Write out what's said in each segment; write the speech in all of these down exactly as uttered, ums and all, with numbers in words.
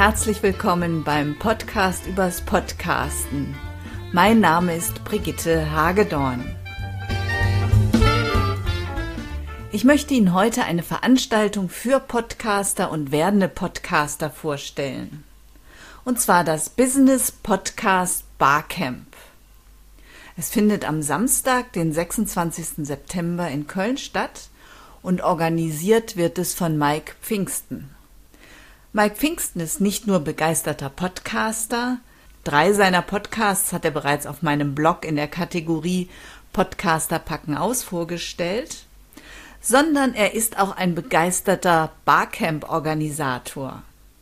Herzlich willkommen beim Podcast übers Podcasten. Mein Name ist Brigitte Hagedorn. Ich möchte Ihnen heute eine Veranstaltung für Podcaster und werdende Podcaster vorstellen. Und zwar das Business Podcast Barcamp. Es findet am Samstag, den sechsundzwanzigsten September in Köln statt und organisiert wird es von Mike Pfingsten. Mike Pfingsten ist nicht nur begeisterter Podcaster, drei seiner Podcasts hat er bereits auf meinem Blog in der Kategorie Podcaster packen aus vorgestellt, sondern er ist auch ein begeisterter Barcamp-Organisator.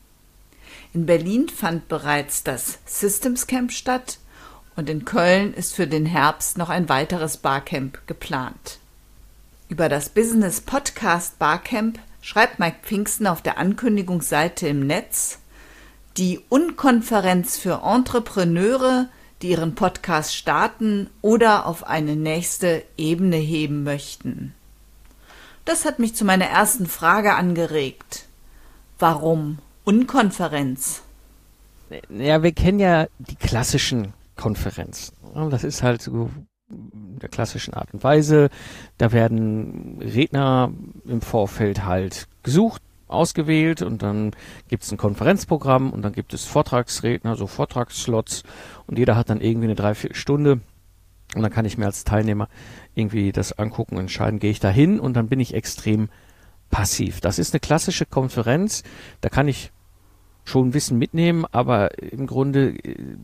In Berlin fand bereits das Systems Camp statt und in Köln ist für den Herbst noch ein weiteres Barcamp geplant. Über das Business Podcast Barcamp schreibt Mike Pfingsten auf der Ankündigungsseite im Netz: die Unkonferenz für Entrepreneure, die ihren Podcast starten oder auf eine nächste Ebene heben möchten. Das hat mich zu meiner ersten Frage angeregt. Warum Unkonferenz? Ja, wir kennen ja die klassischen Konferenzen. Das ist halt so in der klassischen Art und Weise. Da werden Redner im Vorfeld halt gesucht, ausgewählt und dann gibt es ein Konferenzprogramm und dann gibt es Vortragsredner, so Vortragsslots und jeder hat dann irgendwie eine Dreiviertelstunde und dann kann ich mir als Teilnehmer irgendwie das angucken und entscheiden, gehe ich da hin und dann bin ich extrem passiv. Das ist eine klassische Konferenz, da kann ich schon Wissen mitnehmen, aber im Grunde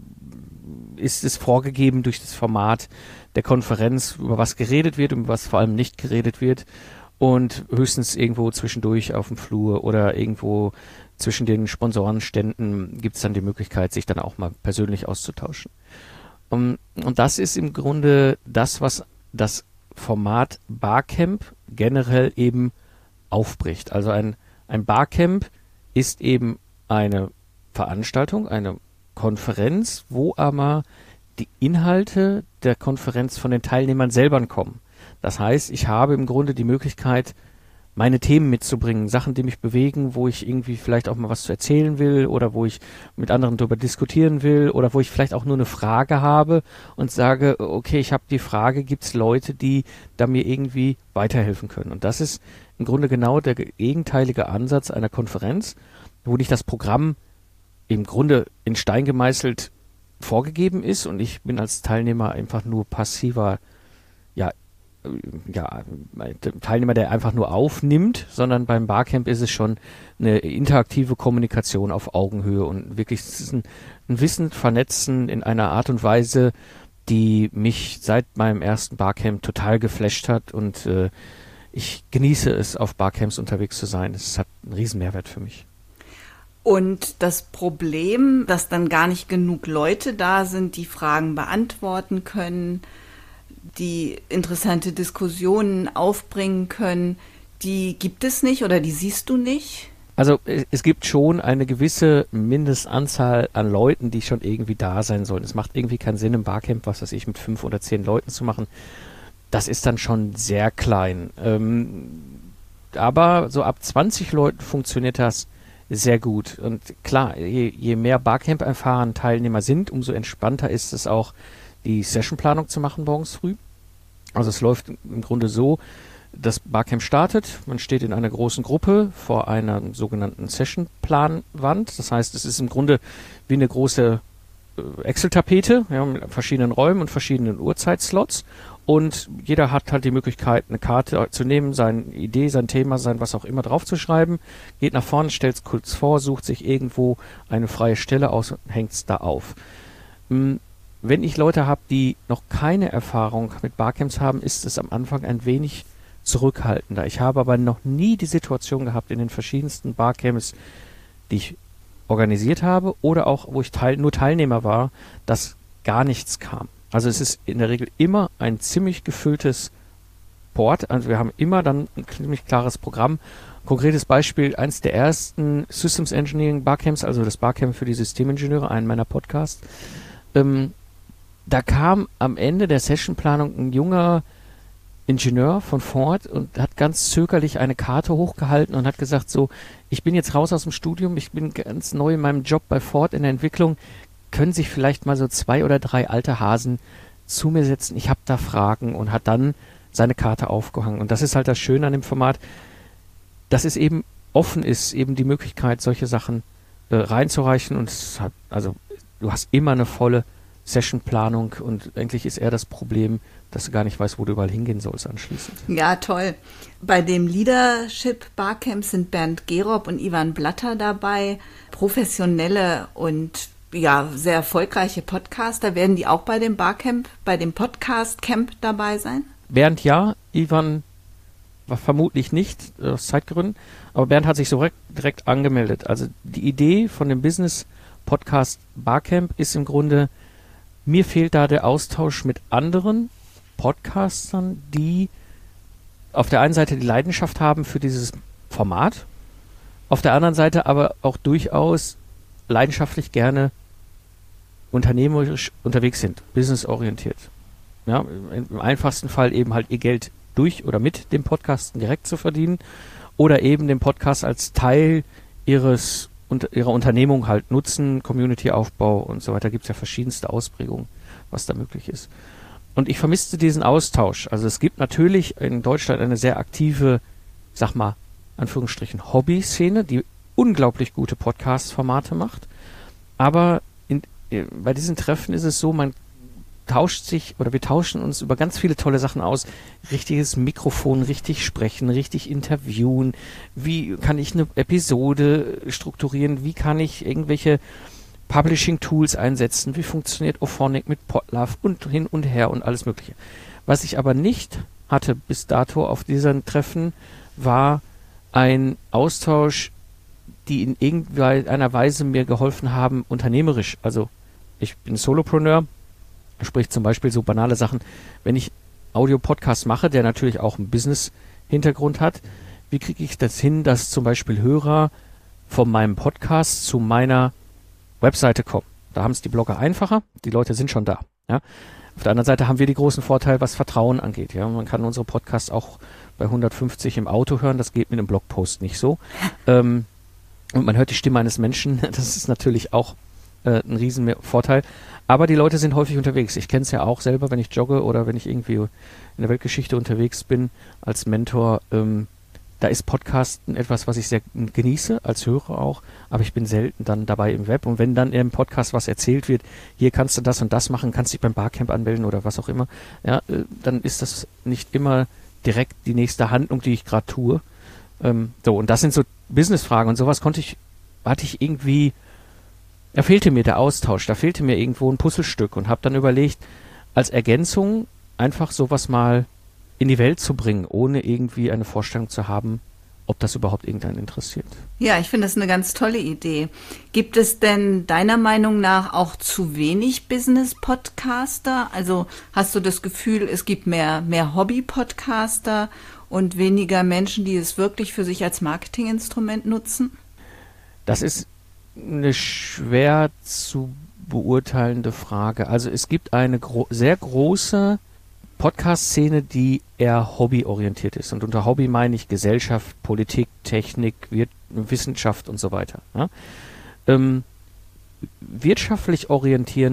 ist es vorgegeben durch das Format der Konferenz, über was geredet wird und was vor allem nicht geredet wird und höchstens irgendwo zwischendurch auf dem Flur oder irgendwo zwischen den Sponsorenständen gibt es dann die Möglichkeit, sich dann auch mal persönlich auszutauschen. Um, und das ist im Grunde das, was das Format Barcamp generell eben aufbricht. Also ein, ein Barcamp ist eben eine Veranstaltung, eine Konferenz, wo aber die Inhalte der Konferenz von den Teilnehmern selber kommen. Das heißt, ich habe im Grunde die Möglichkeit, meine Themen mitzubringen, Sachen, die mich bewegen, wo ich irgendwie vielleicht auch mal was zu erzählen will oder wo ich mit anderen darüber diskutieren will oder wo ich vielleicht auch nur eine Frage habe und sage, okay, ich habe die Frage, gibt es Leute, die da mir irgendwie weiterhelfen können? Und das ist im Grunde genau der gegenteilige Ansatz einer Konferenz, wo nicht das Programm im Grunde in Stein gemeißelt vorgegeben ist und ich bin als Teilnehmer einfach nur passiver, ja, ja, Teilnehmer, der einfach nur aufnimmt, sondern beim Barcamp ist es schon eine interaktive Kommunikation auf Augenhöhe und wirklich es ist ein, ein Wissen vernetzen in einer Art und Weise, die mich seit meinem ersten Barcamp total geflasht hat und äh, ich genieße es, auf Barcamps unterwegs zu sein. Es hat einen riesen Mehrwert für mich. Und das Problem, dass dann gar nicht genug Leute da sind, die Fragen beantworten können, die interessante Diskussionen aufbringen können, die gibt es nicht oder die siehst du nicht? Also es gibt schon eine gewisse Mindestanzahl an Leuten, die schon irgendwie da sein sollen. Es macht irgendwie keinen Sinn, im Barcamp, was weiß ich, mit fünf oder zehn Leuten zu machen. Das ist dann schon sehr klein. Ähm, aber so ab zwanzig Leuten funktioniert das sehr gut. Und klar, je, je mehr Barcamp-erfahrene Teilnehmer sind, umso entspannter ist es auch, die Sessionplanung zu machen morgens früh. Also es läuft im Grunde so, das Barcamp startet, man steht in einer großen Gruppe vor einer sogenannten Sessionplanwand. Das heißt, es ist im Grunde wie eine große Excel-Tapete, ja, mit verschiedenen Räumen und verschiedenen Uhrzeitslots. Und jeder hat halt die Möglichkeit, eine Karte zu nehmen, seine Idee, sein Thema, sein was auch immer draufzuschreiben, geht nach vorne, stellt es kurz vor, sucht sich irgendwo eine freie Stelle aus und hängt es da auf. Wenn ich Leute habe, die noch keine Erfahrung mit Barcamps haben, ist es am Anfang ein wenig zurückhaltender. Ich habe aber noch nie die Situation gehabt in den verschiedensten Barcamps, die ich organisiert habe oder auch, wo ich teil- nur Teilnehmer war, dass gar nichts kam. Also es ist in der Regel immer ein ziemlich gefülltes Board. Also wir haben immer dann ein ziemlich klares Programm. Konkretes Beispiel, eins der ersten Systems Engineering Barcamps, also das Barcamp für die Systemingenieure, einen meiner Podcasts. Ähm, da kam am Ende der Sessionplanung ein junger Ingenieur von Ford und hat ganz zögerlich eine Karte hochgehalten und hat gesagt, so, ich bin jetzt raus aus dem Studium, ich bin ganz neu in meinem Job bei Ford in der Entwicklung, können sich vielleicht mal so zwei oder drei alte Hasen zu mir setzen, ich habe da Fragen, und hat dann seine Karte aufgehangen. Und das ist halt das Schöne an dem Format, dass es eben offen ist, eben die Möglichkeit, solche Sachen äh, reinzureichen, und es hat, also du hast immer eine volle Sessionplanung, und eigentlich ist eher das Problem, dass du gar nicht weißt, wo du überall hingehen sollst anschließend. Ja, toll. Bei dem Leadership Barcamp sind Bernd Gerob und Ivan Blatter dabei, professionelle und ja, sehr erfolgreiche Podcaster. Werden die auch bei dem Barcamp, bei dem Podcast Camp dabei sein? Bernd ja, Ivan war vermutlich nicht, aus Zeitgründen, aber Bernd hat sich so direkt, direkt angemeldet. Also die Idee von dem Business Podcast Barcamp ist im Grunde, mir fehlt da der Austausch mit anderen Podcastern, die auf der einen Seite die Leidenschaft haben für dieses Format, auf der anderen Seite aber auch durchaus leidenschaftlich gerne unternehmerisch unterwegs sind, businessorientiert. Ja, im einfachsten Fall eben halt ihr Geld durch oder mit dem Podcasten direkt zu verdienen oder eben den Podcast als Teil ihres und ihrer Unternehmung halt nutzen, Community-Aufbau und so weiter. Gibt es ja verschiedenste Ausprägungen, was da möglich ist. Und ich vermisste diesen Austausch. Also es gibt natürlich in Deutschland eine sehr aktive, sag mal, Anführungsstrichen Hobby-Szene, die unglaublich gute Podcast-Formate macht. Aber in, bei diesen Treffen ist es so, man tauscht sich oder wir tauschen uns über ganz viele tolle Sachen aus. Richtiges Mikrofon, richtig sprechen, richtig interviewen. Wie kann ich eine Episode strukturieren? Wie kann ich irgendwelche Publishing-Tools einsetzen? Wie funktioniert Auphonic mit Podlove und hin und her und alles Mögliche. Was ich aber nicht hatte bis dato auf diesen Treffen, war ein Austausch, die in irgendeiner Weise mir geholfen haben, unternehmerisch. Also ich bin Solopreneur, sprich zum Beispiel so banale Sachen, wenn ich Audio-Podcast mache, der natürlich auch einen Business-Hintergrund hat, wie kriege ich das hin, dass zum Beispiel Hörer von meinem Podcast zu meiner Webseite kommen? Da haben es die Blogger einfacher, die Leute sind schon da. Ja? Auf der anderen Seite haben wir die großen Vorteile, was Vertrauen angeht. Ja? Man kann unsere Podcasts auch bei hundertfünfzig im Auto hören, das geht mit einem Blogpost nicht so. Ähm, und man hört die Stimme eines Menschen, das ist natürlich auch äh, ein riesen Vorteil. Aber die Leute sind häufig unterwegs. Ich kenne es ja auch selber, wenn ich jogge oder wenn ich irgendwie in der Weltgeschichte unterwegs bin als Mentor. Ähm, da ist Podcasten etwas, was ich sehr genieße, als Hörer auch, aber ich bin selten dann dabei im Web. Und wenn dann im Podcast was erzählt wird, hier kannst du das und das machen, kannst dich beim Barcamp anmelden oder was auch immer, ja, äh, dann ist das nicht immer direkt die nächste Handlung, die ich gerade tue. Ähm, so, und das sind so Businessfragen und sowas konnte ich, hatte ich irgendwie, da fehlte mir der Austausch, da fehlte mir irgendwo ein Puzzlestück und habe dann überlegt, als Ergänzung einfach sowas mal in die Welt zu bringen, ohne irgendwie eine Vorstellung zu haben, ob das überhaupt irgendeinen interessiert. Ja, ich finde das eine ganz tolle Idee. Gibt es denn deiner Meinung nach auch zu wenig Business-Podcaster? Also hast du das Gefühl, es gibt mehr, mehr Hobby-Podcaster und weniger Menschen, die es wirklich für sich als Marketinginstrument nutzen? Das ist eine schwer zu beurteilende Frage. Also es gibt eine gro- sehr große Podcast-Szene, die eher hobbyorientiert ist. Und unter Hobby meine ich Gesellschaft, Politik, Technik, Wir- Wissenschaft und so weiter. Ja? Ähm, wirtschaftlich orientierende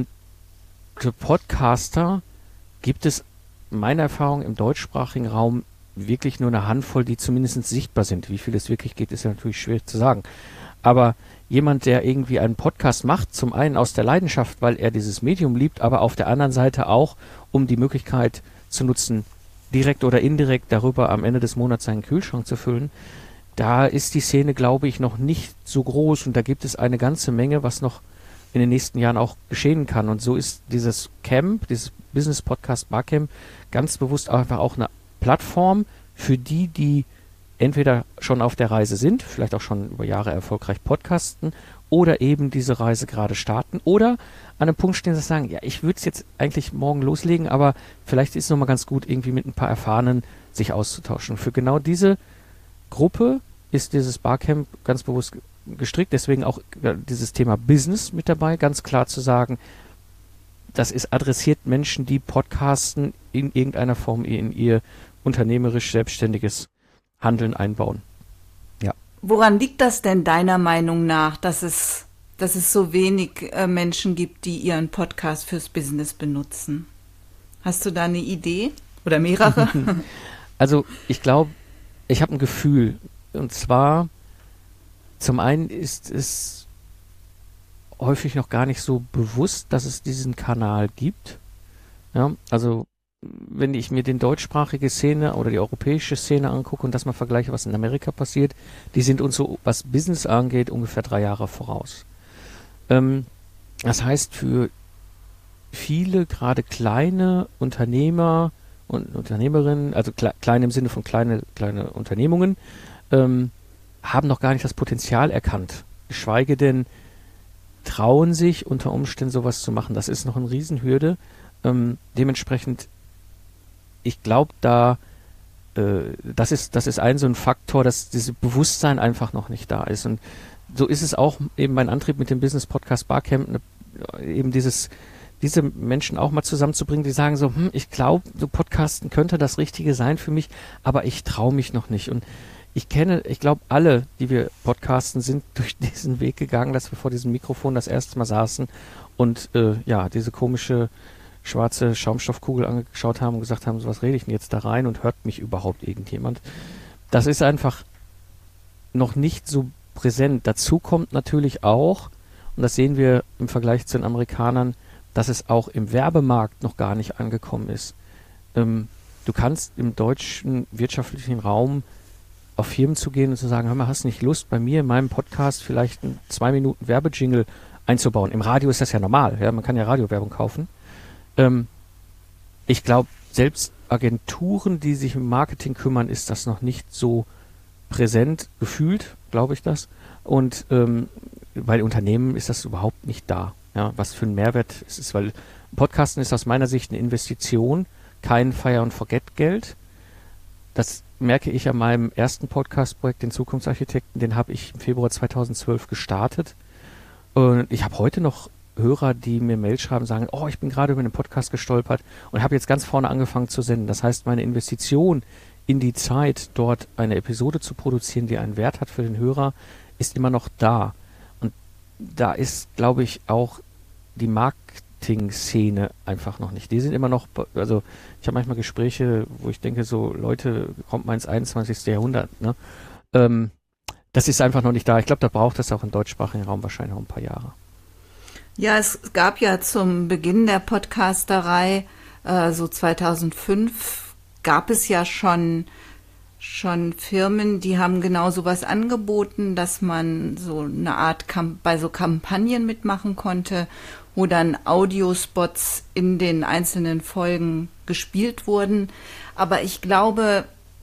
Podcaster gibt es meiner Erfahrung im deutschsprachigen Raum wirklich nur eine Handvoll, die zumindest sichtbar sind. Wie viel es wirklich geht, ist ja natürlich schwierig zu sagen. Aber jemand, der irgendwie einen Podcast macht, zum einen aus der Leidenschaft, weil er dieses Medium liebt, aber auf der anderen Seite auch, um die Möglichkeit zu nutzen, direkt oder indirekt darüber am Ende des Monats seinen Kühlschrank zu füllen, da ist die Szene, glaube ich, noch nicht so groß und da gibt es eine ganze Menge, was noch in den nächsten Jahren auch geschehen kann. Und so ist dieses Camp, dieses Business Podcast Barcamp, ganz bewusst einfach auch eine Plattform für die, die entweder schon auf der Reise sind, vielleicht auch schon über Jahre erfolgreich podcasten oder eben diese Reise gerade starten oder an einem Punkt stehen, dass sie sagen, ja, ich würde es jetzt eigentlich morgen loslegen, aber vielleicht ist es nochmal ganz gut, irgendwie mit ein paar Erfahrenen sich auszutauschen. Für genau diese Gruppe ist dieses Barcamp ganz bewusst gestrickt, deswegen auch dieses Thema Business mit dabei, ganz klar zu sagen, das ist adressiert Menschen, die podcasten in irgendeiner Form in ihr unternehmerisch selbstständiges Handeln einbauen. Ja. Woran liegt das denn deiner Meinung nach, dass es, dass es so wenig äh, Menschen gibt, die ihren Podcast fürs Business benutzen? Hast du da eine Idee? Oder mehrere? Also ich glaube, ich habe ein Gefühl. Und zwar, zum einen ist es häufig noch gar nicht so bewusst, dass es diesen Kanal gibt. Ja, also wenn ich mir den deutschsprachige Szene oder die europäische Szene angucke und das mal vergleiche, was in Amerika passiert, die sind uns so, was Business angeht, ungefähr drei Jahre voraus. Ähm, das heißt, für viele, gerade kleine Unternehmer und Unternehmerinnen, also kle klein im Sinne von kleine, kleine Unternehmungen, ähm, haben noch gar nicht das Potenzial erkannt. Geschweige denn trauen sich unter Umständen sowas zu machen. Das ist noch eine Riesenhürde. Ähm, dementsprechend, ich glaube, da äh, das ist das ist ein so ein Faktor, dass dieses Bewusstsein einfach noch nicht da ist. Und so ist es auch eben mein Antrieb mit dem Business Podcast Barcamp, ne, eben dieses diese Menschen auch mal zusammenzubringen, die sagen so, hm, ich glaube, so Podcasten könnte das Richtige sein für mich, aber ich traue mich noch nicht. Und ich kenne, ich glaube, alle, die wir podcasten, sind durch diesen Weg gegangen, dass wir vor diesem Mikrofon das erste Mal saßen und äh, ja, diese komische schwarze Schaumstoffkugel angeschaut haben und gesagt haben, so was rede ich denn jetzt da rein und hört mich überhaupt irgendjemand? Das ist einfach noch nicht so präsent. Dazu kommt natürlich auch, und das sehen wir im Vergleich zu den Amerikanern, dass es auch im Werbemarkt noch gar nicht angekommen ist. Ähm, du kannst im deutschen wirtschaftlichen Raum auf Firmen zu gehen und zu sagen, hör mal, hast du nicht Lust, bei mir in meinem Podcast vielleicht einen zwei Minuten Werbejingle einzubauen? Im Radio ist das ja normal, ja, man kann ja Radiowerbung kaufen. Ähm, ich glaube, selbst Agenturen, die sich um Marketing kümmern, ist das noch nicht so präsent gefühlt, glaube ich das. Und ähm, bei Unternehmen ist das überhaupt nicht da. Ja, was für ein Mehrwert es ist, weil Podcasten ist aus meiner Sicht eine Investition, kein Fire-and-Forget-Geld. Das merke ich an meinem ersten Podcast-Projekt, den Zukunftsarchitekten, den habe ich im Februar zweitausendzwölf gestartet. Und ich habe heute noch Hörer, die mir Mail schreiben, sagen, oh, ich bin gerade über den Podcast gestolpert und habe jetzt ganz vorne angefangen zu senden. Das heißt, meine Investition in die Zeit, dort eine Episode zu produzieren, die einen Wert hat für den Hörer, ist immer noch da. Und da ist, glaube ich, auch die Marketing-Szene einfach noch nicht. Die sind immer noch, also ich habe manchmal Gespräche, wo ich denke, so Leute, kommt mal ins einundzwanzigste Jahrhundert. Ne? Ähm, das ist einfach noch nicht da. Ich glaube, da braucht es auch im deutschsprachigen Raum wahrscheinlich noch ein paar Jahre. Ja, es gab ja zum Beginn der Podcasterei, äh, so zweitausendfünf, gab es ja schon schon Firmen, die haben genau sowas angeboten, dass man so eine Art Kamp- bei so Kampagnen mitmachen konnte, wo dann Audiospots in den einzelnen Folgen gespielt wurden. Aber ich glaube,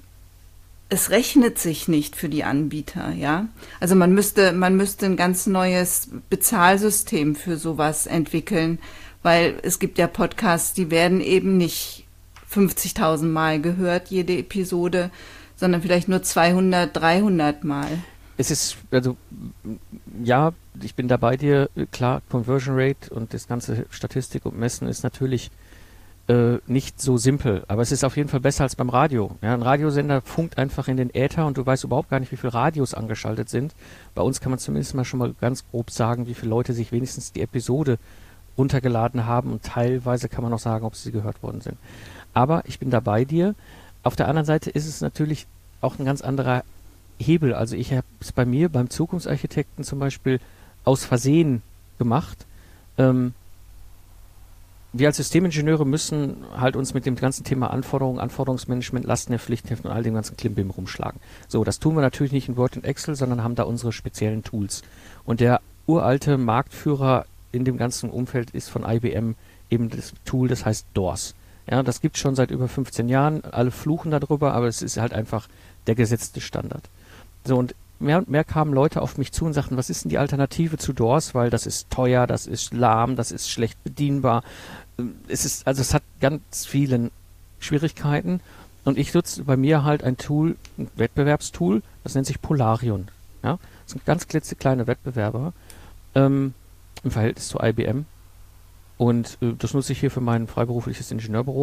es rechnet sich nicht für die Anbieter, ja. Also man müsste, man müsste ein ganz neues Bezahlsystem für sowas entwickeln, weil es gibt ja Podcasts, die werden eben nicht fünfzigtausend Mal gehört, jede Episode, sondern vielleicht nur zweihundert, dreihundert Mal. Es ist, also, ja, ich bin da bei dir, klar, Conversion Rate und das ganze Statistik und Messen ist natürlich äh, nicht so simpel, aber es ist auf jeden Fall besser als beim Radio. Ja, ein Radiosender funkt einfach in den Äther und du weißt überhaupt gar nicht, wie viele Radios angeschaltet sind. Bei uns kann man zumindest mal schon mal ganz grob sagen, wie viele Leute sich wenigstens die Episode runtergeladen haben und teilweise kann man auch sagen, ob sie gehört worden sind. Aber ich bin da bei dir. Auf der anderen Seite ist es natürlich auch ein ganz anderer Hebel. Also ich habe es bei mir, beim Zukunftsarchitekten zum Beispiel, aus Versehen gemacht. Ähm, wir als Systemingenieure müssen halt uns mit dem ganzen Thema Anforderungen, Anforderungsmanagement, Lastenheft, Pflichtenheft und all dem ganzen Klimbim rumschlagen. So, das tun wir natürlich nicht in Word und Excel, sondern haben da unsere speziellen Tools. Und der uralte Marktführer in dem ganzen Umfeld ist von I B M eben das Tool, das heißt D O R S. Ja, das gibt es schon seit über fünfzehn Jahren. Alle fluchen darüber, aber es ist halt einfach der gesetzte Standard. So, und mehr und mehr kamen Leute auf mich zu und sagten, was ist denn die Alternative zu D O R S? Weil das ist teuer, das ist lahm, das ist schlecht bedienbar. Es ist, also es hat ganz viele Schwierigkeiten. Und ich nutze bei mir halt ein Tool, ein Wettbewerbstool, das nennt sich Polarion. Ja, das sind ganz klitzekleine Wettbewerber ähm, im Verhältnis zu I B M. Und äh, das nutze ich hier für mein freiberufliches Ingenieurbüro.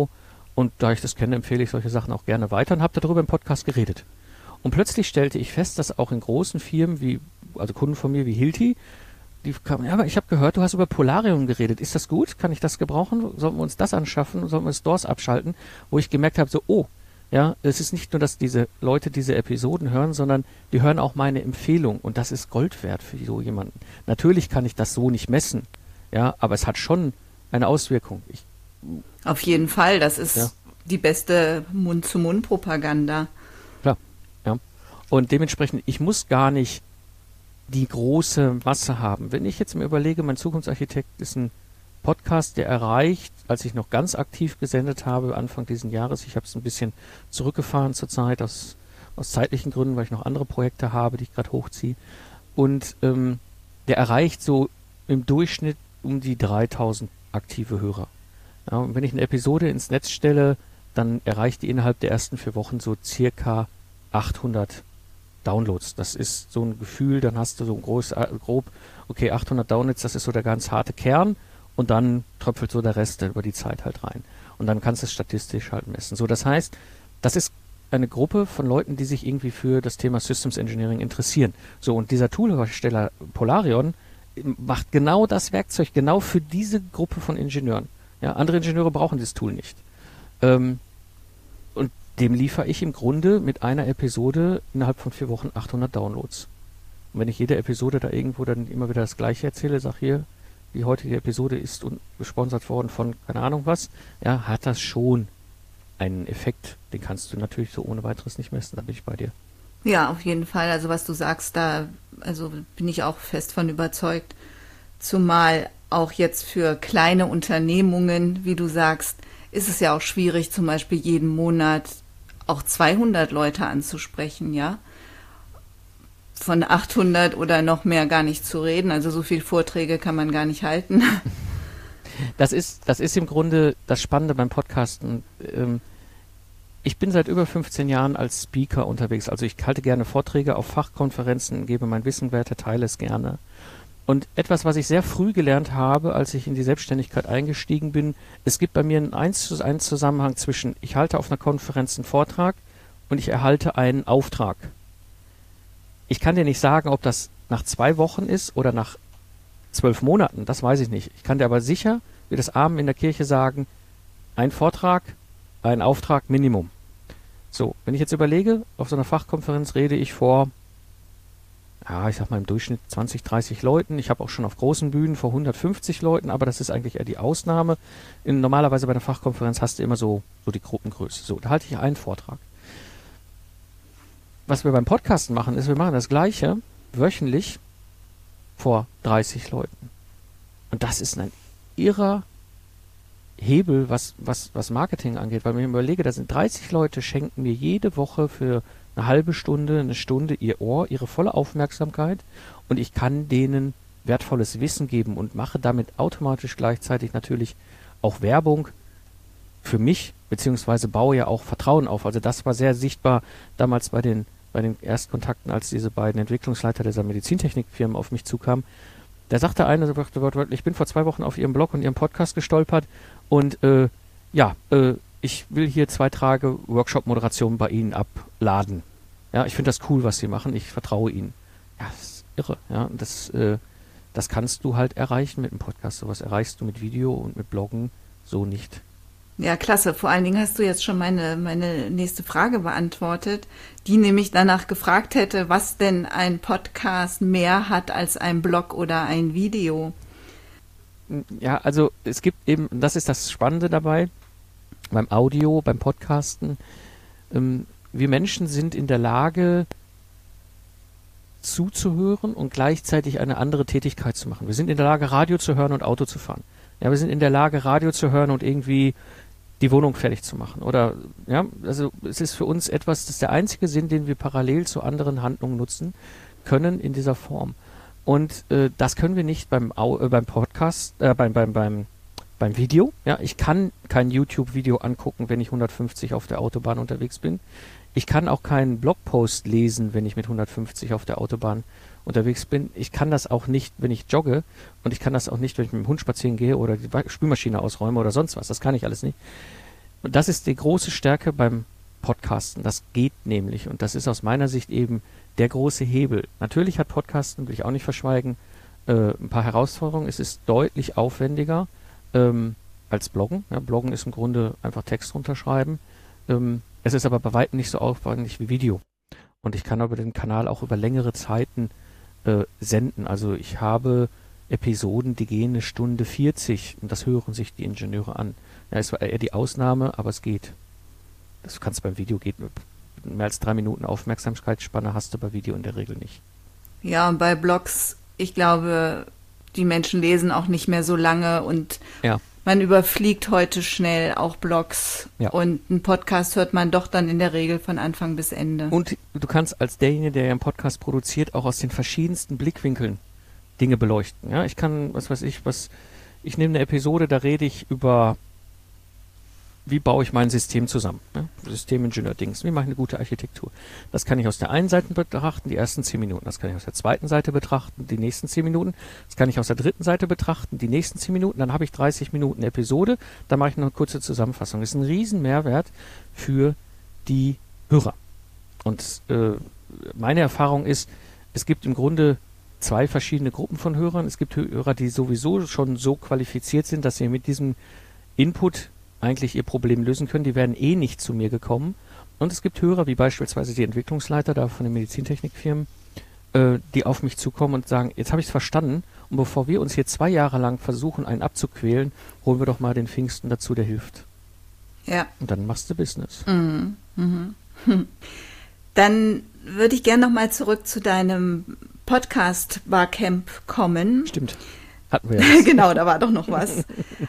Und da ich das kenne, empfehle ich solche Sachen auch gerne weiter und habe darüber im Podcast geredet. Und plötzlich stellte ich fest, dass auch in großen Firmen wie, also Kunden von mir wie Hilti, die kamen, ja, aber ich habe gehört, du hast über Polarium geredet. Ist das gut? Kann ich das gebrauchen? Sollten wir uns das anschaffen? Sollten wir Stores abschalten? Wo ich gemerkt habe, so, oh, ja, es ist nicht nur, dass diese Leute diese Episoden hören, sondern die hören auch meine Empfehlung. Und das ist Gold wert für so jemanden. Natürlich kann ich das so nicht messen, ja, aber es hat schon eine Auswirkung. Ich, Auf jeden Fall, das ist ja. die beste Mund-zu-Mund-Propaganda. Klar, ja. Und dementsprechend, ich muss gar nicht die große Masse haben. Wenn ich jetzt mir überlege, mein Zukunftsarchitekt ist ein Podcast, der erreicht, als ich noch ganz aktiv gesendet habe, Anfang diesen Jahres, ich habe es ein bisschen zurückgefahren zurzeit, aus, aus zeitlichen Gründen, weil ich noch andere Projekte habe, die ich gerade hochziehe. Und ähm, der erreicht so im Durchschnitt um die dreitausend aktive Hörer. Ja, und wenn ich eine Episode ins Netz stelle, dann erreicht die innerhalb der ersten vier Wochen so circa achthundert Downloads. Das ist so ein Gefühl, dann hast du so ein groß, grob, okay, achthundert Downloads, das ist so der ganz harte Kern und dann tröpfelt so der Rest über die Zeit halt rein. Und dann kannst du es statistisch halt messen. So, das heißt, das ist eine Gruppe von Leuten, die sich irgendwie für das Thema Systems Engineering interessieren. So, und dieser Toolhersteller Polarion macht genau das Werkzeug, genau für diese Gruppe von Ingenieuren. Ja, andere Ingenieure brauchen dieses Tool nicht. Ähm, und dem liefere ich im Grunde mit einer Episode innerhalb von vier Wochen achthundert Downloads. Und wenn ich jede Episode da irgendwo dann immer wieder das Gleiche erzähle, sag hier, die heutige Episode ist gesponsert worden von keine Ahnung was, ja, hat das schon einen Effekt. Den kannst du natürlich so ohne weiteres nicht messen, da bin ich bei dir. Ja, auf jeden Fall. Also was du sagst, da also bin ich auch fest von überzeugt. Zumal auch jetzt für kleine Unternehmungen, wie du sagst, ist es ja auch schwierig, zum Beispiel jeden Monat auch zweihundert Leute anzusprechen, ja. Von achthundert oder noch mehr gar nicht zu reden. Also so viele Vorträge kann man gar nicht halten. Das ist, das ist im Grunde das Spannende beim Podcasten. Ähm, ich bin seit über fünfzehn Jahren als Speaker unterwegs. Also ich halte gerne Vorträge auf Fachkonferenzen, gebe mein Wissen weiter, teile es gerne. Und etwas, was ich sehr früh gelernt habe, als ich in die Selbstständigkeit eingestiegen bin, es gibt bei mir einen eins zu eins Zusammenhang zwischen, ich halte auf einer Konferenz einen Vortrag und ich erhalte einen Auftrag. Ich kann dir nicht sagen, ob das nach zwei Wochen ist oder nach zwölf Monaten, das weiß ich nicht. Ich kann dir aber sicher, wie das Amen in der Kirche sagen, ein Vortrag, ein Auftrag Minimum. So, wenn ich jetzt überlege, auf so einer Fachkonferenz rede ich vor, ja, ich sag mal im Durchschnitt zwanzig, dreißig Leuten. Ich habe auch schon auf großen Bühnen vor hundertfünfzig Leuten, aber das ist eigentlich eher die Ausnahme. In, normalerweise bei einer Fachkonferenz hast du immer so, so die Gruppengröße. So, da halte ich einen Vortrag. Was wir beim Podcasten machen, ist, wir machen das Gleiche wöchentlich vor dreißig Leuten. Und das ist ein irrer Hebel, was, was, was Marketing angeht, weil wenn ich mir überlege, da sind dreißig Leute, schenken mir jede Woche für eine halbe Stunde, eine Stunde ihr Ohr, ihre volle Aufmerksamkeit und ich kann denen wertvolles Wissen geben und mache damit automatisch gleichzeitig natürlich auch Werbung für mich, beziehungsweise baue ja auch Vertrauen auf. Also das war sehr sichtbar damals bei den, bei den Erstkontakten, als diese beiden Entwicklungsleiter dieser Medizintechnikfirmen auf mich zukamen. Da sagte einer, ich bin vor zwei Wochen auf ihrem Blog und ihrem Podcast gestolpert und äh, ja, äh, ich will hier zwei Tage Workshop-Moderation bei Ihnen abladen. Ja, ich finde das cool, was Sie machen. Ich vertraue Ihnen. Ja, das ist irre. Ja, das, äh, das kannst du halt erreichen mit einem Podcast. Sowas erreichst du mit Video und mit Bloggen so nicht. Ja, klasse. Vor allen Dingen hast du jetzt schon meine, meine nächste Frage beantwortet, die nämlich danach gefragt hätte, was denn ein Podcast mehr hat als ein Blog oder ein Video. Ja, also es gibt eben, das ist das Spannende dabei, beim Audio, beim Podcasten, ähm, wir Menschen sind in der Lage zuzuhören und gleichzeitig eine andere Tätigkeit zu machen. Wir sind in der Lage, Radio zu hören und Auto zu fahren. Ja, wir sind in der Lage, Radio zu hören und irgendwie die Wohnung fertig zu machen. Oder, ja, also es ist für uns etwas, das ist der einzige Sinn, den wir parallel zu anderen Handlungen nutzen können in dieser Form. Und äh, das können wir nicht beim, Au äh, beim Podcast, äh, beim, beim, beim Beim Video, ja, ich kann kein YouTube-Video angucken, wenn ich hundertfünfzig auf der Autobahn unterwegs bin. Ich kann auch keinen Blogpost lesen, wenn ich mit hundertfünfzig auf der Autobahn unterwegs bin. Ich kann das auch nicht, wenn ich jogge und ich kann das auch nicht, wenn ich mit dem Hund spazieren gehe oder die Spülmaschine ausräume oder sonst was. Das kann ich alles nicht. Und das ist die große Stärke beim Podcasten. Das geht nämlich. Und das ist aus meiner Sicht eben der große Hebel. Natürlich hat Podcasten, will ich auch nicht verschweigen, äh, ein paar Herausforderungen. Es ist deutlich aufwendiger ähm, als Bloggen. Ja, Bloggen ist im Grunde einfach Text runterschreiben. Ähm, es ist aber bei weitem nicht so aufwendig wie Video. Und ich kann über den Kanal auch über längere Zeiten äh, senden. Also ich habe Episoden, die gehen eine Stunde vierzig und das hören sich die Ingenieure an. Ja, es war eher die Ausnahme, aber es geht. Das kannst beim Video geht. Mehr als drei Minuten Aufmerksamkeitsspanne hast du bei Video in der Regel nicht. Ja, und bei Blogs, ich glaube, die Menschen lesen auch nicht mehr so lange und ja. man überfliegt heute schnell auch Blogs. Ja. Und einen Podcast hört man doch dann in der Regel von Anfang bis Ende. Und du kannst als derjenige, der einen Podcast produziert, auch aus den verschiedensten Blickwinkeln Dinge beleuchten. Ja, ich kann, was weiß ich, was, ich nehme eine Episode, da rede ich über, wie baue ich mein System zusammen? Ja? Systemingenieur-Dings, wie mache ich eine gute Architektur? Das kann ich aus der einen Seite betrachten, die ersten zehn Minuten. Das kann ich aus der zweiten Seite betrachten, die nächsten zehn Minuten. Das kann ich aus der dritten Seite betrachten, die nächsten zehn Minuten. Dann habe ich dreißig Minuten Episode, da mache ich noch eine kurze Zusammenfassung. Das ist ein riesen Mehrwert für die Hörer. Und äh, meine Erfahrung ist, es gibt im Grunde zwei verschiedene Gruppen von Hörern. Es gibt Hörer, die sowieso schon so qualifiziert sind, dass sie mit diesem Input eigentlich ihr Problem lösen können. Die wären eh nicht zu mir gekommen. Und es gibt Hörer, wie beispielsweise die Entwicklungsleiter da von den Medizintechnikfirmen, äh, die auf mich zukommen und sagen, jetzt habe ich es verstanden und bevor wir uns hier zwei Jahre lang versuchen, einen abzuquälen, holen wir doch mal den Pfingsten dazu, der hilft. Ja. Und dann machst du Business. Mhm. Mhm. Dann würde ich gerne nochmal zurück zu deinem Podcast Barcamp kommen. Stimmt. Hatten wir ja. Genau, da war doch noch was.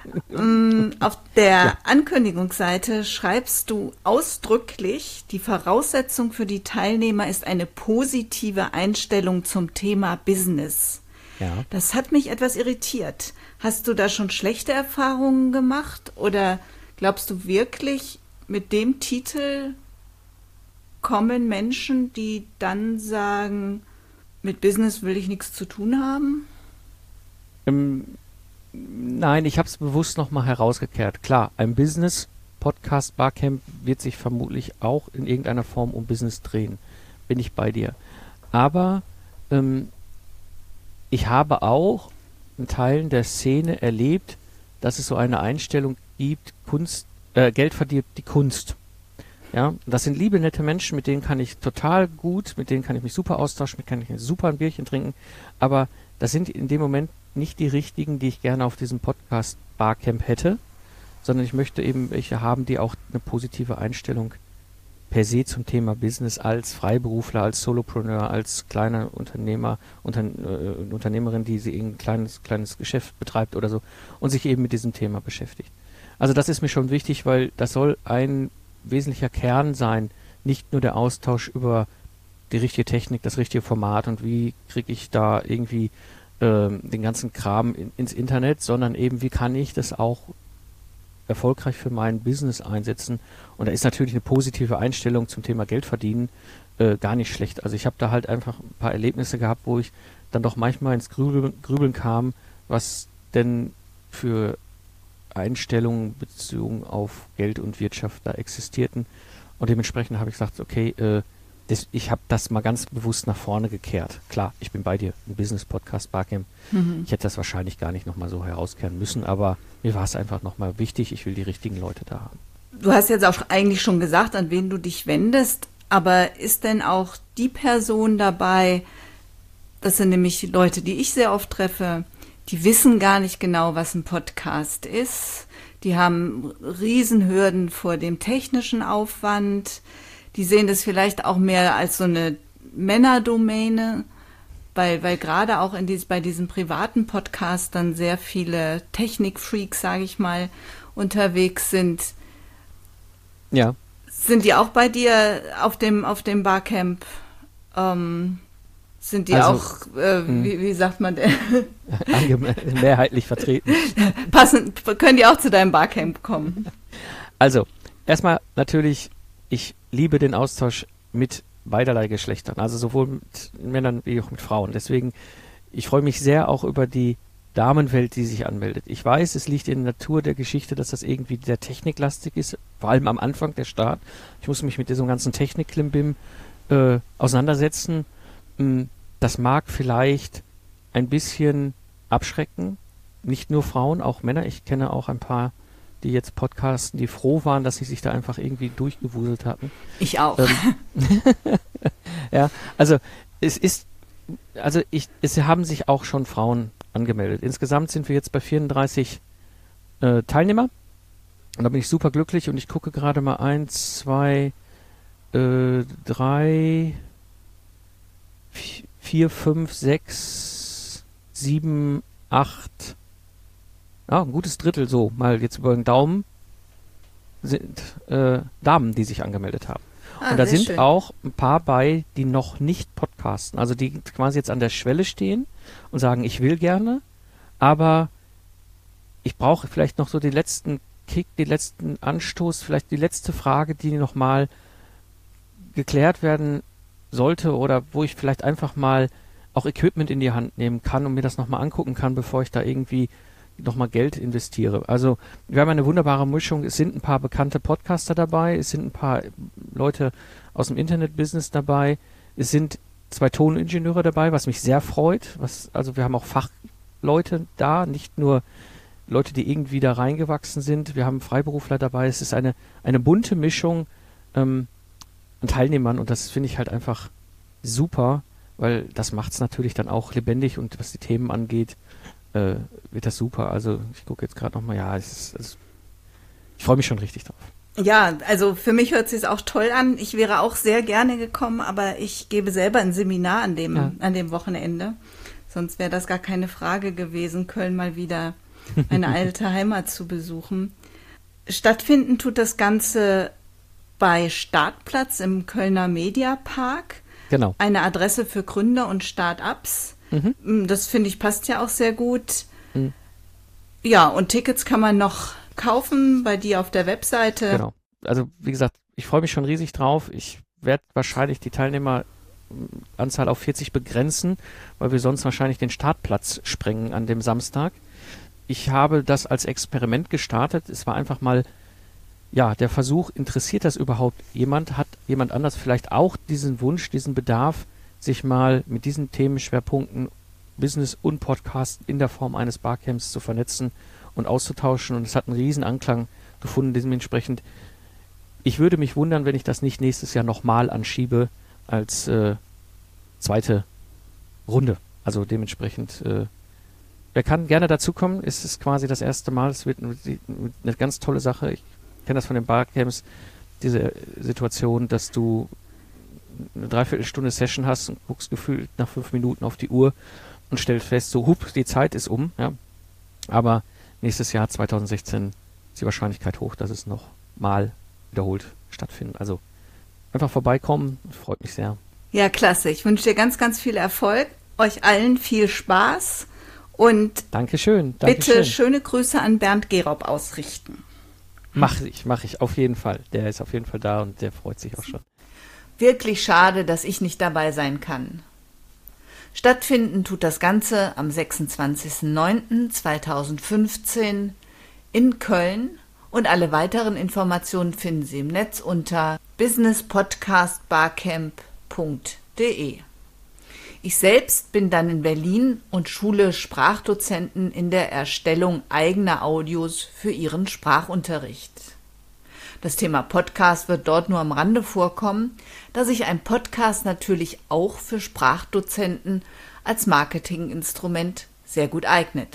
um, auf der ja. Ankündigungsseite schreibst du ausdrücklich, die Voraussetzung für die Teilnehmer ist eine positive Einstellung zum Thema Business. Ja. Das hat mich etwas irritiert. Hast du da schon schlechte Erfahrungen gemacht oder glaubst du wirklich, mit dem Titel kommen Menschen, die dann sagen, mit Business will ich nichts zu tun haben? Ähm, nein, ich habe es bewusst nochmal herausgekehrt. Klar, ein Business-Podcast Barcamp wird sich vermutlich auch in irgendeiner Form um Business drehen. Bin ich bei dir. Aber ähm, ich habe auch in Teilen der Szene erlebt, dass es so eine Einstellung gibt, Kunst, äh, Geld verdient die Kunst. Ja, das sind liebe, nette Menschen, mit denen kann ich total gut, mit denen kann ich mich super austauschen, mit denen kann ich super ein Bierchen trinken, aber das sind in dem Moment nicht die richtigen, die ich gerne auf diesem Podcast Barcamp hätte, sondern ich möchte eben welche haben, die auch eine positive Einstellung per se zum Thema Business als Freiberufler, als Solopreneur, als kleiner Unternehmer, Unter, äh, Unternehmerin, die sie ein kleines, kleines Geschäft betreibt oder so und sich eben mit diesem Thema beschäftigt. Also das ist mir schon wichtig, weil das soll ein wesentlicher Kern sein, nicht nur der Austausch über die richtige Technik, das richtige Format und wie kriege ich da irgendwie ähm, den ganzen Kram in, ins Internet, sondern eben wie kann ich das auch erfolgreich für mein Business einsetzen. Und da ist natürlich eine positive Einstellung zum Thema Geld verdienen äh, gar nicht schlecht. Also ich habe da halt einfach ein paar Erlebnisse gehabt, wo ich dann doch manchmal ins Grübeln, Grübeln kam, was denn für Einstellungen bezogen auf Geld und Wirtschaft da existierten. Und dementsprechend habe ich gesagt, okay, äh, das, ich habe das mal ganz bewusst nach vorne gekehrt. Klar, ich bin bei dir, ein Business-Podcast Barcamp. Mhm. Ich hätte das wahrscheinlich gar nicht nochmal so herauskehren müssen, aber mir war es einfach nochmal wichtig, ich will die richtigen Leute da haben. Du hast jetzt auch eigentlich schon gesagt, an wen du dich wendest, aber ist denn auch die Person dabei, das sind nämlich Leute, die ich sehr oft treffe, die wissen gar nicht genau, was ein Podcast ist. Die haben Riesenhürden vor dem technischen Aufwand. Die sehen das vielleicht auch mehr als so eine Männerdomäne, weil, weil gerade auch in dies, bei diesen privaten Podcastern sehr viele Technikfreaks, sage ich mal, unterwegs sind. Ja. Sind die auch bei dir auf dem, auf dem Barcamp? Ähm, Sind die also, auch, äh, wie, wie sagt man denn? mehrheitlich vertreten. Passen, können die auch zu deinem Barcamp kommen? Also, erstmal natürlich, ich liebe den Austausch mit beiderlei Geschlechtern, also sowohl mit Männern wie auch mit Frauen. Deswegen, ich freue mich sehr auch über die Damenwelt, die sich anmeldet. Ich weiß, es liegt in der Natur der Geschichte, dass das irgendwie sehr techniklastig ist, vor allem am Anfang, der Start. Ich muss mich mit diesem ganzen Technik-Klimbim äh, auseinandersetzen. Das mag vielleicht ein bisschen abschrecken. Nicht nur Frauen, auch Männer. Ich kenne auch ein paar, die jetzt podcasten, die froh waren, dass sie sich da einfach irgendwie durchgewuselt hatten. Ich auch. Ähm, ja, also es ist, also ich, es haben sich auch schon Frauen angemeldet. Insgesamt sind wir jetzt bei vierunddreißig äh, Teilnehmer. Und da bin ich super glücklich und ich gucke gerade mal eins, zwei, äh, drei, vier, fünf, sechs, sieben, acht, ja, ein gutes Drittel so, mal jetzt über den Daumen, sind äh, Damen, die sich angemeldet haben. Ah, und da sind schön. Auch ein paar bei, die noch nicht podcasten, also die quasi jetzt an der Schwelle stehen und sagen, ich will gerne, aber ich brauche vielleicht noch so den letzten Kick, den letzten Anstoß, vielleicht die letzte Frage, die nochmal geklärt werden sollte oder wo ich vielleicht einfach mal auch Equipment in die Hand nehmen kann und mir das nochmal angucken kann, bevor ich da irgendwie nochmal Geld investiere. Also wir haben eine wunderbare Mischung. Es sind ein paar bekannte Podcaster dabei, es sind ein paar Leute aus dem Internet-Business dabei, es sind zwei Toningenieure dabei, was mich sehr freut. Was, also wir haben auch Fachleute da, nicht nur Leute, die irgendwie da reingewachsen sind. Wir haben Freiberufler dabei. Es ist eine, eine bunte Mischung ähm, an Teilnehmern und das finde ich halt einfach super, weil das macht es natürlich dann auch lebendig und was die Themen angeht, äh, wird das super. Also ich gucke jetzt gerade nochmal, ja, es ist, es, ich freue mich schon richtig drauf. Ja, also für mich hört es sich auch toll an. Ich wäre auch sehr gerne gekommen, aber ich gebe selber ein Seminar an dem, ja. an dem Wochenende. Sonst wäre das gar keine Frage gewesen, Köln mal wieder eine alte Heimat zu besuchen. Stattfinden tut das Ganze bei Startplatz im Kölner Mediapark. Genau. Eine Adresse für Gründer und Start-ups. Mhm. Das finde ich passt ja auch sehr gut. Mhm. Ja, und Tickets kann man noch kaufen bei dir auf der Webseite. Genau. Also wie gesagt, ich freue mich schon riesig drauf. Ich werde wahrscheinlich die Teilnehmeranzahl auf vierzig begrenzen, weil wir sonst wahrscheinlich den Startplatz sprengen an dem Samstag. Ich habe das als Experiment gestartet. Es war einfach mal, ja, der Versuch, interessiert das überhaupt jemand? Hat jemand anders vielleicht auch diesen Wunsch, diesen Bedarf, sich mal mit diesen Themenschwerpunkten Business und Podcast in der Form eines Barcamps zu vernetzen und auszutauschen? Und es hat einen riesen Anklang gefunden. Dementsprechend, ich würde mich wundern, wenn ich das nicht nächstes Jahr nochmal anschiebe als äh, zweite Runde. Also dementsprechend, äh, wer kann gerne dazukommen? Es ist quasi das erste Mal. Es wird eine, eine ganz tolle Sache. Ich kenne das von den Barcamps, diese Situation, dass du eine Dreiviertelstunde Session hast und guckst gefühlt nach fünf Minuten auf die Uhr und stellst fest, so, hup, die Zeit ist um. Ja. Aber nächstes Jahr, zwanzig sechzehn, ist die Wahrscheinlichkeit hoch, dass es noch mal wiederholt stattfindet. Also einfach vorbeikommen, freut mich sehr. Ja, klasse. Ich wünsche dir ganz, ganz viel Erfolg, euch allen viel Spaß und Dankeschön, bitte Dankeschön. Schöne Grüße an Bernd Gerob ausrichten. Mach ich, mach ich, auf jeden Fall. Der ist auf jeden Fall da und der freut sich auch schon. Wirklich schade, dass ich nicht dabei sein kann. Stattfinden tut das Ganze am sechsundzwanzigsten neunten zweitausendfünfzehn in Köln und alle weiteren Informationen finden Sie im Netz unter business podcast barcamp punkt de. Ich selbst bin dann in Berlin und schule Sprachdozenten in der Erstellung eigener Audios für ihren Sprachunterricht. Das Thema Podcast wird dort nur am Rande vorkommen, da sich ein Podcast natürlich auch für Sprachdozenten als Marketinginstrument sehr gut eignet.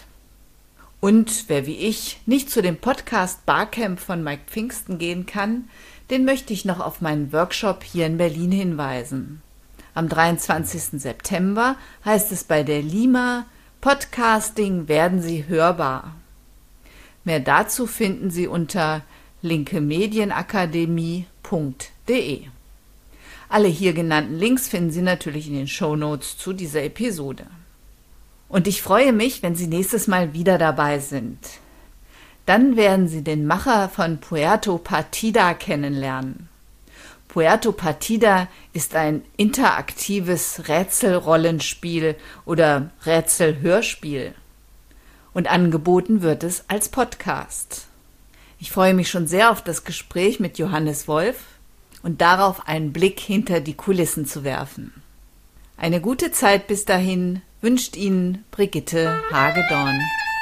Und wer wie ich nicht zu dem Podcast Barcamp von Mike Pfingsten gehen kann, den möchte ich noch auf meinen Workshop hier in Berlin hinweisen. Am dreiundzwanzigsten September heißt es bei der Lima, Podcasting werden Sie hörbar. Mehr dazu finden Sie unter linkemedienakademie punkt de. Alle hier genannten Links finden Sie natürlich in den Shownotes zu dieser Episode. Und ich freue mich, wenn Sie nächstes Mal wieder dabei sind. Dann werden Sie den Macher von Puerto Partida kennenlernen. Puerto Partida ist ein interaktives Rätselrollenspiel oder Rätselhörspiel. und angeboten wird es als Podcast. Ich freue mich schon sehr auf das Gespräch mit Johannes Wolf und darauf, einen Blick hinter die Kulissen zu werfen. Eine gute Zeit bis dahin wünscht Ihnen Brigitte Hagedorn.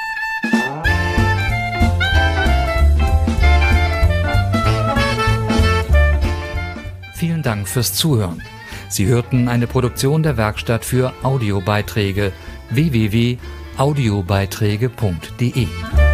Vielen Dank fürs Zuhören. Sie hörten eine Produktion der Werkstatt für Audiobeiträge w w w punkt audiobeiträge punkt de.